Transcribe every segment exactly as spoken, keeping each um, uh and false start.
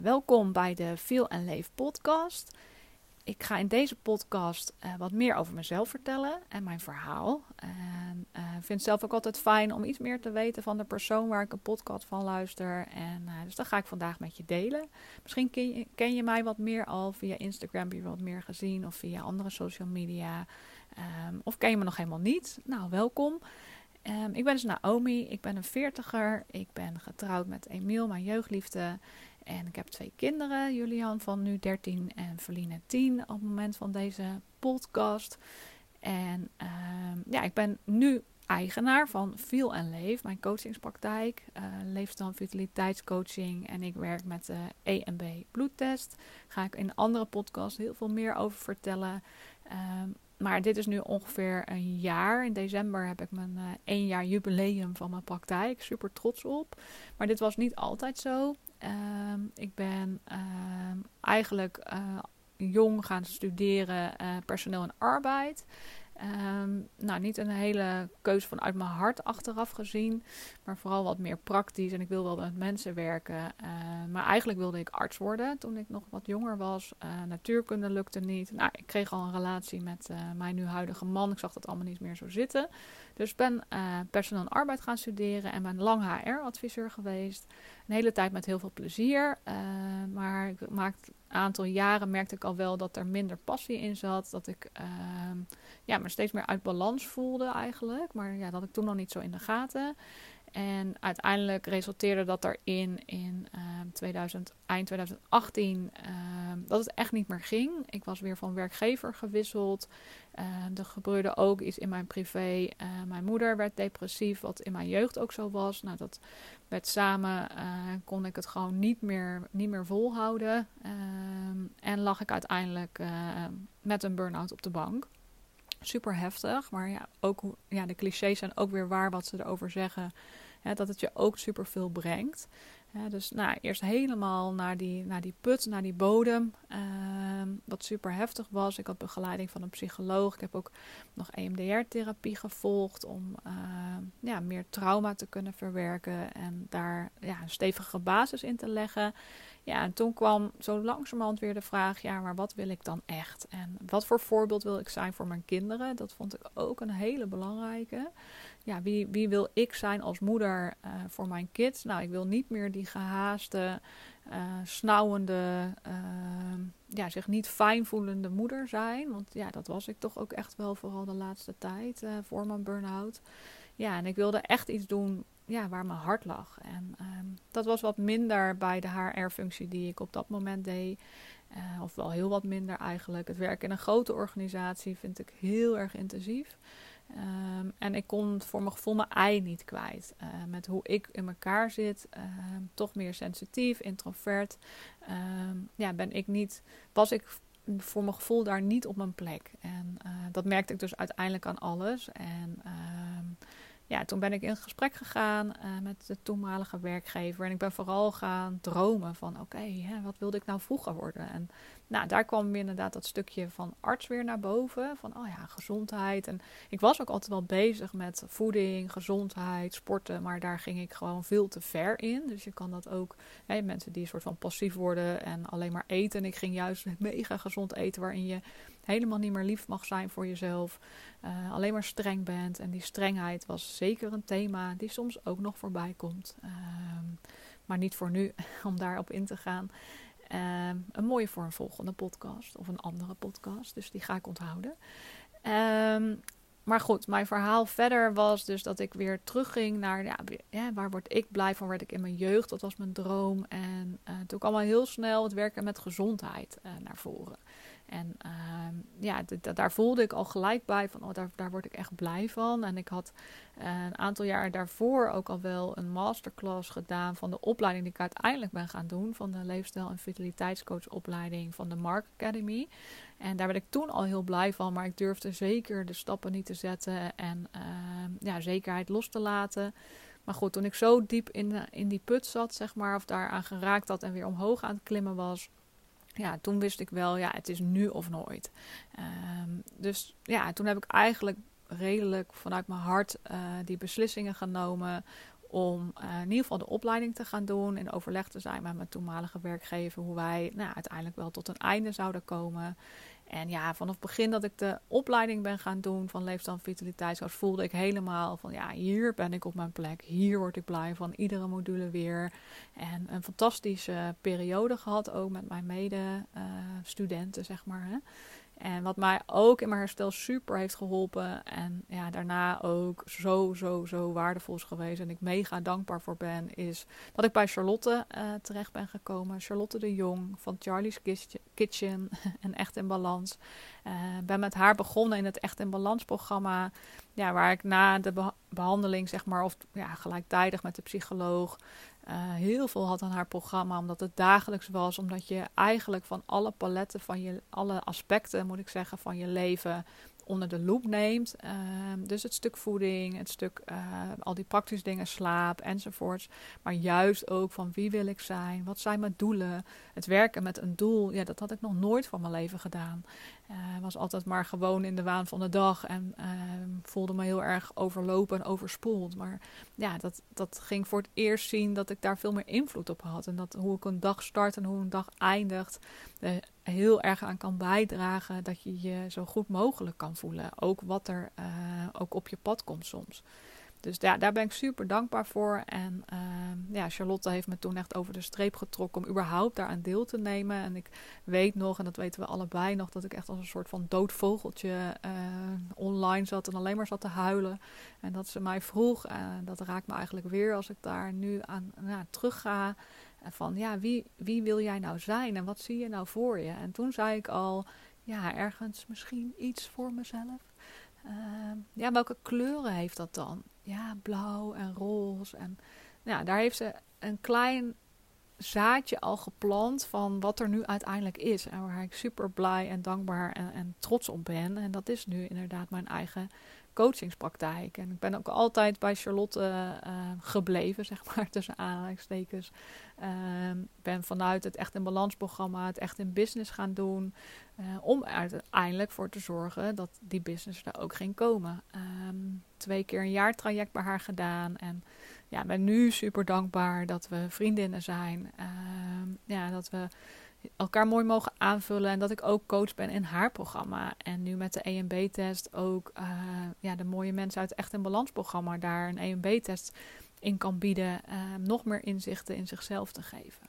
Welkom bij de Feel and Leef podcast. Ik ga in deze podcast uh, wat meer over mezelf vertellen en mijn verhaal. En uh, vind het zelf ook altijd fijn om iets meer te weten van de persoon waar ik een podcast van luister. En uh, dus dat ga ik vandaag met je delen. Misschien ken je, ken je mij wat meer al via Instagram, heb je wat meer gezien, of via andere social media. Um, of ken je me nog helemaal niet? Nou, welkom. Um, ik ben dus Naomi, ik ben een veertiger. Ik ben getrouwd met Emiel, mijn jeugdliefde. En ik heb twee kinderen, Julian van nu dertien en Verline tien op het moment van deze podcast. En um, ja, ik ben nu eigenaar van Feel and Leef, mijn coachingspraktijk. Uh, leefstijl- en vitaliteitscoaching. En ik werk met de E M B bloedtest. Daar ga ik in een andere podcast heel veel meer over vertellen. Um, Maar dit is nu ongeveer een jaar. In december heb ik mijn uh, één jaar jubileum van mijn praktijk. Super trots op. Maar dit was niet altijd zo. Um, ik ben um, eigenlijk uh, jong gaan studeren uh, personeel en arbeid. Um, nou, niet een hele keuze vanuit mijn hart achteraf gezien. Maar vooral wat meer praktisch. En ik wil wel met mensen werken. Uh, maar eigenlijk wilde ik arts worden toen ik nog wat jonger was. Uh, natuurkunde lukte niet. Nou, ik kreeg al een relatie met uh, mijn nu huidige man. Ik zag dat allemaal niet meer zo zitten. Dus ik ben uh, personeel en arbeid gaan studeren. En ben lang H R-adviseur geweest. Een hele tijd met heel veel plezier. Uh, maar ik maakte een aantal jaren merkte ik al wel dat er minder passie in zat. Dat ik uh, ja, me steeds meer uit balans voelde eigenlijk. Maar ja, dat had ik toen nog niet zo in de gaten. En uiteindelijk resulteerde dat erin in uh, tweeduizend, eind twintig achttien uh, dat het echt niet meer ging. Ik was weer van werkgever gewisseld. Uh, er gebeurde ook iets in mijn privé. Uh, mijn moeder werd depressief, wat in mijn jeugd ook zo was. Nou, dat werd samen, uh, kon ik het gewoon niet meer, niet meer volhouden. Uh, en lag ik uiteindelijk uh, met een burn-out op de bank. Super heftig, maar ja, ook, ja, de clichés zijn ook weer waar wat ze erover zeggen. Hè, dat het je ook superveel brengt. Ja, dus nou, eerst helemaal naar die, naar die put, naar die bodem. Uh, wat super heftig was. Ik had begeleiding van een psycholoog. Ik heb ook nog E M D R-therapie gevolgd om uh, ja, meer trauma te kunnen verwerken. En daar ja, een stevige basis in te leggen. Ja, en toen kwam zo langzamerhand weer de vraag, ja, maar wat wil ik dan echt? En wat voor voorbeeld wil ik zijn voor mijn kinderen? Dat vond ik ook een hele belangrijke. Ja, wie, wie wil ik zijn als moeder uh, voor mijn kids? Nou, ik wil niet meer die gehaaste, uh, snauwende, uh, ja, zich niet fijn voelende moeder zijn. Want ja, dat was ik toch ook echt wel vooral de laatste tijd uh, voor mijn burn-out. Ja, en ik wilde echt iets doen ja, waar mijn hart lag. En um, dat was wat minder bij de H R-functie die ik op dat moment deed. Uh, of wel heel wat minder eigenlijk. Het werken in een grote organisatie vind ik heel erg intensief. Um, en ik kon voor mijn gevoel mijn ei niet kwijt. Uh, met hoe ik in elkaar zit. Uh, toch meer sensitief, introvert. Um, ja, ben ik niet, was ik voor mijn gevoel daar niet op mijn plek. En uh, dat merkte ik dus uiteindelijk aan alles. En um, ja, toen ben ik in gesprek gegaan uh, met de toenmalige werkgever. En ik ben vooral gaan dromen van oké, okay, wat wilde ik nou vroeger worden? En nou, daar kwam inderdaad dat stukje van arts weer naar boven. Van oh ja, gezondheid. En ik was ook altijd wel bezig met voeding, gezondheid, sporten. Maar daar ging ik gewoon veel te ver in. Dus je kan dat ook, hè, mensen die een soort van passief worden en alleen maar eten. En ik ging juist mega gezond eten waarin je helemaal niet meer lief mag zijn voor jezelf. Uh, alleen maar streng bent. En die strengheid was zeker een thema die soms ook nog voorbij komt. Uh, maar niet voor nu om daarop in te gaan. Uh, een mooie voor een volgende podcast of een andere podcast. Dus die ga ik onthouden. Um, maar goed, mijn verhaal verder was dus dat ik weer terugging naar ja, ja, waar word ik blij van, werd ik in mijn jeugd. Dat was mijn droom. En uh, toen kwam al heel snel het werken met gezondheid uh, naar voren. En uh, ja, d- d- daar voelde ik al gelijk bij van, oh, daar, daar word ik echt blij van. En ik had uh, een aantal jaar daarvoor ook al wel een masterclass gedaan van de opleiding die ik uiteindelijk ben gaan doen. Van de leefstijl- en vitaliteitscoachopleiding van de Mark Academy. En daar werd ik toen al heel blij van, maar ik durfde zeker de stappen niet te zetten en uh, ja, zekerheid los te laten. Maar goed, toen ik zo diep in, de, in die put zat, zeg maar, of daaraan geraakt had en weer omhoog aan het klimmen was, ja, toen wist ik wel, ja, het is nu of nooit. Um, dus ja, toen heb ik eigenlijk redelijk vanuit mijn hart uh, die beslissingen genomen om uh, in ieder geval de opleiding te gaan doen. In overleg te zijn met mijn toenmalige werkgever. Hoe wij nou, uiteindelijk wel tot een einde zouden komen. En ja, vanaf het begin dat ik de opleiding ben gaan doen van leefstijl en vitaliteitscoach, voelde ik helemaal van ja, hier ben ik op mijn plek. Hier word ik blij van, iedere module weer. En een fantastische periode gehad, ook met mijn mede-studenten, uh, zeg maar. Hè. En wat mij ook in mijn herstel super heeft geholpen. En ja, daarna ook zo, zo, zo waardevol is geweest. En ik mega dankbaar voor ben. Is dat ik bij Charlotte uh, terecht ben gekomen. Charlotte de Jong van Charlie's Kitchen en Echt in Balans. Ik uh, ben met haar begonnen in het Echt in Balans programma. Ja, waar ik na de be- behandeling, zeg maar, of ja, gelijktijdig met de psycholoog, Uh, heel veel had aan haar programma, omdat het dagelijks was, omdat je eigenlijk van alle paletten van je, alle aspecten, moet ik zeggen, van je leven onder de loep neemt. Uh, dus het stuk voeding, het stuk uh, al die praktische dingen, slaap enzovoorts. Maar juist ook van wie wil ik zijn, wat zijn mijn doelen, het werken met een doel. Ja, dat had ik nog nooit van mijn leven gedaan. Ik uh, was altijd maar gewoon in de waan van de dag en uh, voelde me heel erg overlopen en overspoeld. Maar ja, dat, dat ging voor het eerst zien dat ik daar veel meer invloed op had. En dat hoe ik een dag start en hoe een dag eindigt, uh, heel erg aan kan bijdragen dat je je zo goed mogelijk kan voelen. Ook wat er uh, ook op je pad komt soms. Dus ja, daar ben ik super dankbaar voor. En uh, ja, Charlotte heeft me toen echt over de streep getrokken om überhaupt daaraan deel te nemen. En ik weet nog, en dat weten we allebei nog, dat ik echt als een soort van dood vogeltje uh, online zat en alleen maar zat te huilen. En dat ze mij vroeg, en uh, dat raakt me eigenlijk weer als ik daar nu aan nou, terug ga. Van ja, wie, wie wil jij nou zijn en wat zie je nou voor je? En toen zei ik al, ja, ergens misschien iets voor mezelf. Uh, ja, welke kleuren heeft dat dan? Ja, blauw en roze. En ja, daar heeft ze een klein zaadje al geplant van wat er nu uiteindelijk is. En waar ik super blij en dankbaar en, en trots op ben. En dat is nu inderdaad mijn eigen coachingspraktijk. En ik ben ook altijd bij Charlotte uh, gebleven, zeg maar, tussen aanhalingstekens. Ik uh, ben vanuit het Echt in Balans programma het Echt in Business gaan doen. Uh, om er uiteindelijk voor te zorgen dat die business er ook ging komen. Um, twee keer een jaartraject bij haar gedaan. En ja, ben nu super dankbaar dat we vriendinnen zijn. Um, ja, dat we elkaar mooi mogen aanvullen. En dat ik ook coach ben in haar programma. En nu met de E M B-test ook uh, ja, de mooie mensen uit het Echt in Balans programma daar een E M B-test in kan bieden. Uh, nog meer inzichten in zichzelf te geven.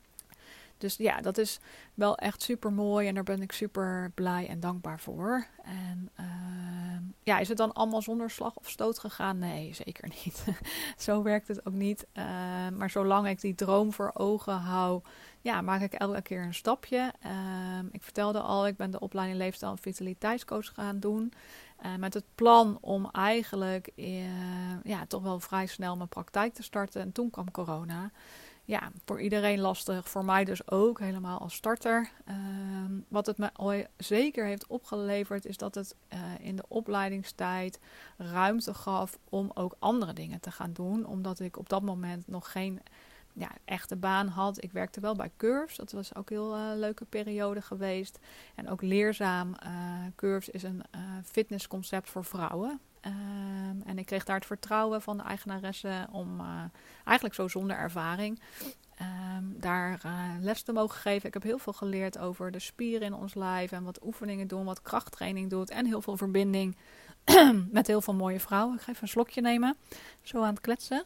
Dus ja, dat is wel echt super mooi en daar ben ik super blij en dankbaar voor. En uh, ja, is het dan allemaal zonder slag of stoot gegaan? Nee, zeker niet. Zo werkt het ook niet. Uh, maar zolang ik die droom voor ogen hou, ja, maak ik elke keer een stapje. Uh, ik vertelde al, ik ben de opleiding Leefstijl en Vitaliteitscoach gaan doen. Uh, met het plan om eigenlijk uh, ja, toch wel vrij snel mijn praktijk te starten. En toen kwam corona. Ja, voor iedereen lastig. Voor mij dus ook, helemaal als starter. Um, wat het me al zeker heeft opgeleverd, is dat het uh, in de opleidingstijd ruimte gaf om ook andere dingen te gaan doen. Omdat ik op dat moment nog geen ja, echte baan had. Ik werkte wel bij Curves. Dat was ook een heel uh, leuke periode geweest. En ook leerzaam. Uh, Curves is een uh, fitnessconcept voor vrouwen. Um, en ik kreeg daar het vertrouwen van de eigenaresse om uh, eigenlijk zo zonder ervaring um, daar uh, les te mogen geven. Ik heb heel veel geleerd over de spieren in ons lijf en wat oefeningen doen, wat krachttraining doet en heel veel verbinding met heel veel mooie vrouwen. Ik ga even een slokje nemen, zo aan het kletsen.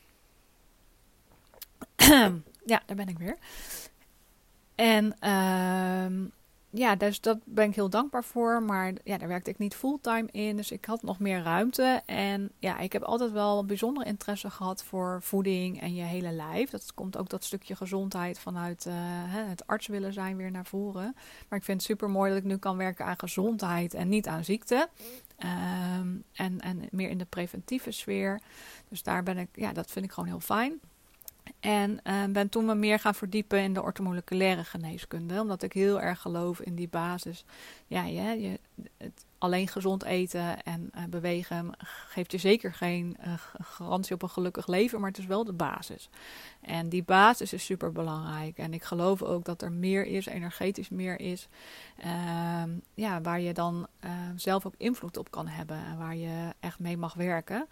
Ja, daar ben ik weer. En uh, ja, dus dat ben ik heel dankbaar voor. Maar ja, daar werkte ik niet fulltime in. Dus ik had nog meer ruimte. En ja, ik heb altijd wel een bijzondere interesse gehad voor voeding en je hele lijf. Dat komt ook dat stukje gezondheid vanuit uh, het arts willen zijn weer naar voren. Maar ik vind het super mooi dat ik nu kan werken aan gezondheid en niet aan ziekte. Um, en, en meer in de preventieve sfeer. Dus daar ben ik, ja, dat vind ik gewoon heel fijn. En uh, ben toen me meer gaan verdiepen in de orthomoleculaire geneeskunde. Omdat ik heel erg geloof in die basis. Ja, je, je, het alleen gezond eten en uh, bewegen geeft je zeker geen uh, garantie op een gelukkig leven. Maar het is wel de basis. En die basis is super belangrijk. En ik geloof ook dat er meer is, energetisch meer is. Uh, ja, waar je dan uh, zelf ook invloed op kan hebben. En waar je echt mee mag werken.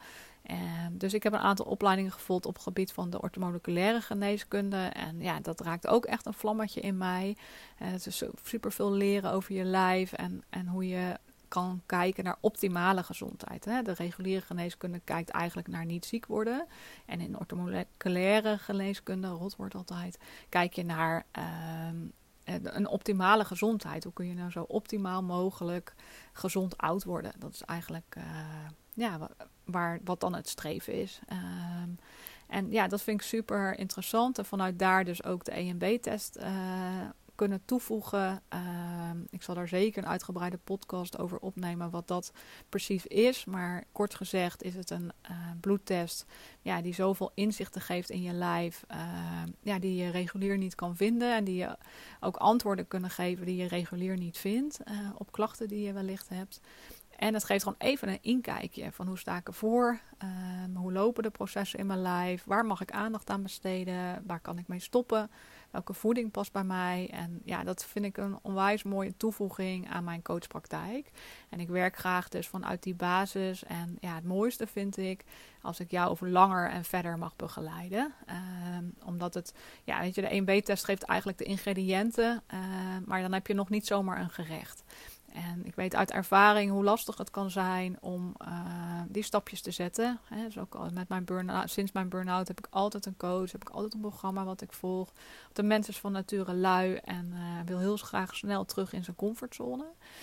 En dus ik heb een aantal opleidingen gevolgd op het gebied van de orthomoleculaire geneeskunde. En ja, dat raakt ook echt een vlammetje in mij. En het is super veel leren over je lijf en, en hoe je kan kijken naar optimale gezondheid. Hè. De reguliere geneeskunde kijkt eigenlijk naar niet ziek worden. En in orthomoleculaire geneeskunde, rot wordt altijd, kijk je naar um, een optimale gezondheid. Hoe kun je nou zo optimaal mogelijk gezond oud worden? Dat is eigenlijk uh, ja, waar, wat dan het streven is. Um, en ja, dat vind ik super interessant. En vanuit daar dus ook de E M B-test uh, kunnen toevoegen. Uh, ik zal daar zeker een uitgebreide podcast over opnemen wat dat precies is. Maar kort gezegd is het een uh, bloedtest ja, die zoveel inzichten geeft in je lijf. Uh, ja, die je regulier niet kan vinden. En die je ook antwoorden kunnen geven die je regulier niet vindt. Uh, op klachten die je wellicht hebt. En het geeft gewoon even een inkijkje van hoe sta ik ervoor, um, hoe lopen de processen in mijn lijf, waar mag ik aandacht aan besteden, waar kan ik mee stoppen, welke voeding past bij mij. En ja, dat vind ik een onwijs mooie toevoeging aan mijn coachpraktijk. En ik werk graag dus vanuit die basis. En ja, het mooiste vind ik als ik jou over langer en verder mag begeleiden. Um, omdat het, ja, weet je, de E M B-test geeft eigenlijk de ingrediënten, uh, maar dan heb je nog niet zomaar een gerecht. En ik weet uit ervaring hoe lastig het kan zijn om uh, die stapjes te zetten. He, dus ook al met mijn burn-out, sinds mijn burn-out heb ik altijd een coach, heb ik altijd een programma wat ik volg. De mens is van nature lui en uh, wil heel graag snel terug in zijn comfortzone.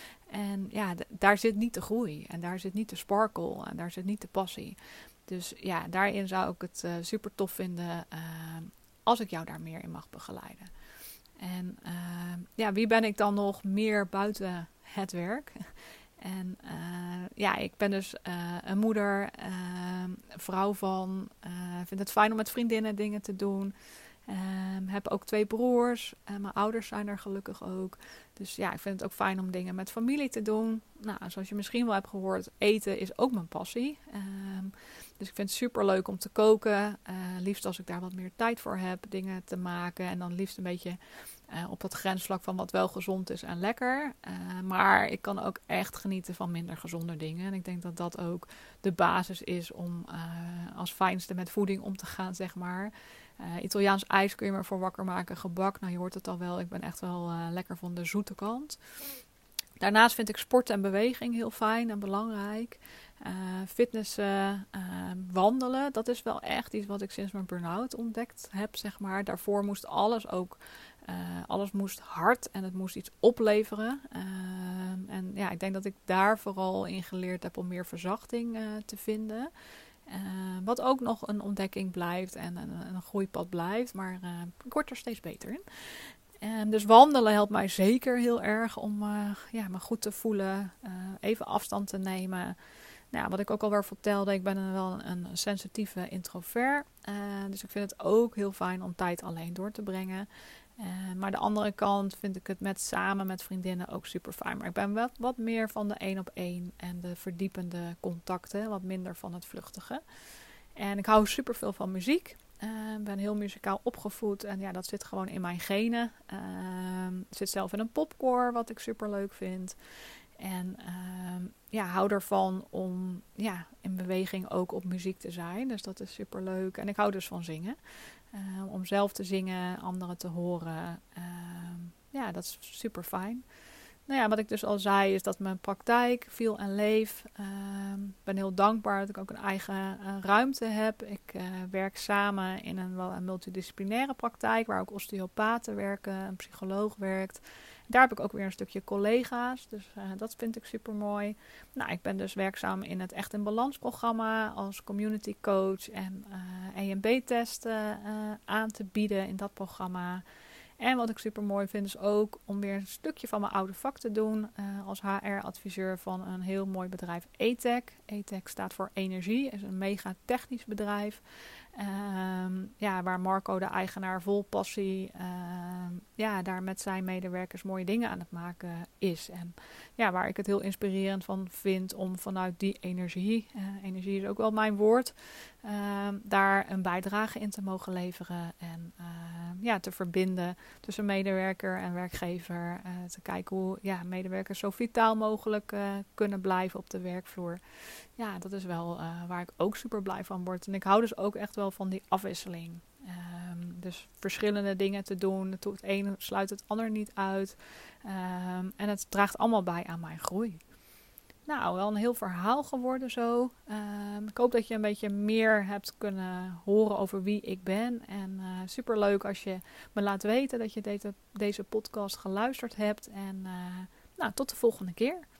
En ja, d- daar zit niet de groei en daar zit niet de sparkle en daar zit niet de passie. Dus ja, daarin zou ik het uh, super tof vinden uh, als ik jou daar meer in mag begeleiden. En uh, ja, wie ben ik dan nog meer buiten het werk? En uh, ja, ik ben dus uh, een moeder, uh, vrouw van, uh, vind het fijn om met vriendinnen dingen te doen. Um, heb ook twee broers. Uh, mijn ouders zijn er gelukkig ook. Dus ja, ik vind het ook fijn om dingen met familie te doen. Nou, zoals je misschien wel hebt gehoord, eten is ook mijn passie. Um, dus ik vind het super leuk om te koken. Uh, liefst als ik daar wat meer tijd voor heb, dingen te maken. En dan liefst een beetje uh, op het grensvlak van wat wel gezond is en lekker. Uh, maar ik kan ook echt genieten van minder gezonde dingen. En ik denk dat dat ook de basis is om uh, als fijnste met voeding om te gaan, zeg maar. Uh, Italiaans ijs kun je me voor wakker maken. Gebak, nou je hoort het al wel. Ik ben echt wel uh, lekker van de zoete kant. Daarnaast vind ik sport en beweging heel fijn en belangrijk. Uh, fitnessen, uh, wandelen, dat is wel echt iets wat ik sinds mijn burn-out ontdekt heb, zeg maar. Daarvoor moest alles ook, uh, alles moest hard en het moest iets opleveren. Uh, en ja, ik denk dat ik daar vooral in geleerd heb om meer verzachting uh, te vinden. Uh, wat ook nog een ontdekking blijft en een, een groeipad blijft, maar uh, ik word er steeds beter in. En dus wandelen helpt mij zeker heel erg om uh, ja, me goed te voelen, uh, even afstand te nemen. Nou, wat ik ook al wel vertelde, ik ben een, wel een, een sensitieve introvert. Uh, dus ik vind het ook heel fijn om tijd alleen door te brengen. Uh, maar de andere kant vind ik het met samen met vriendinnen ook super fijn. Maar ik ben wel wat meer van de één op één en de verdiepende contacten, wat minder van het vluchtige. En ik hou super veel van muziek. Ik uh, ben heel muzikaal opgevoed en ja, dat zit gewoon in mijn genen. Uh, ik zit zelf in een popkoor, wat ik super leuk vind. En uh, ja, hou ervan om ja, in beweging ook op muziek te zijn. Dus dat is super leuk. En ik hou dus van zingen. Uh, om zelf te zingen, anderen te horen. Uh, ja, dat is super fijn. Nou ja, wat ik dus al zei is dat mijn praktijk viel en leef. Ik uh, ben heel dankbaar dat ik ook een eigen uh, ruimte heb. Ik uh, werk samen in een, wel een multidisciplinaire praktijk waar ook osteopaten werken, een psycholoog werkt. Daar heb ik ook weer een stukje collega's, dus uh, dat vind ik super mooi. Nou, ik ben dus werkzaam in het Echt in Balans programma als community coach en uh, E M B-testen uh, aan te bieden in dat programma. En wat ik super mooi vind is ook om weer een stukje van mijn oude vak te doen uh, als H R-adviseur van een heel mooi bedrijf E T E C. E T E C staat voor energie, is een mega technisch bedrijf. Um, ja, waar Marco, de eigenaar, vol passie, um, ja, daar met zijn medewerkers mooie dingen aan het maken is. En ja, waar ik het heel inspirerend van vind om vanuit die energie, uh, energie is ook wel mijn woord, um, daar een bijdrage in te mogen leveren. En uh, ja, te verbinden tussen medewerker en werkgever. Uh, te kijken hoe ja, medewerkers zo vitaal mogelijk uh, kunnen blijven op de werkvloer. Ja, dat is wel uh, waar ik ook super blij van word. En ik hou dus ook echt wel van die afwisseling. Um, dus verschillende dingen te doen. Het een sluit het ander niet uit. Um, en het draagt allemaal bij aan mijn groei. Nou, wel een heel verhaal geworden zo. Um, ik hoop dat je een beetje meer hebt kunnen horen over wie ik ben. En uh, superleuk als je me laat weten dat je deze, deze podcast geluisterd hebt. En uh, nou, tot de volgende keer.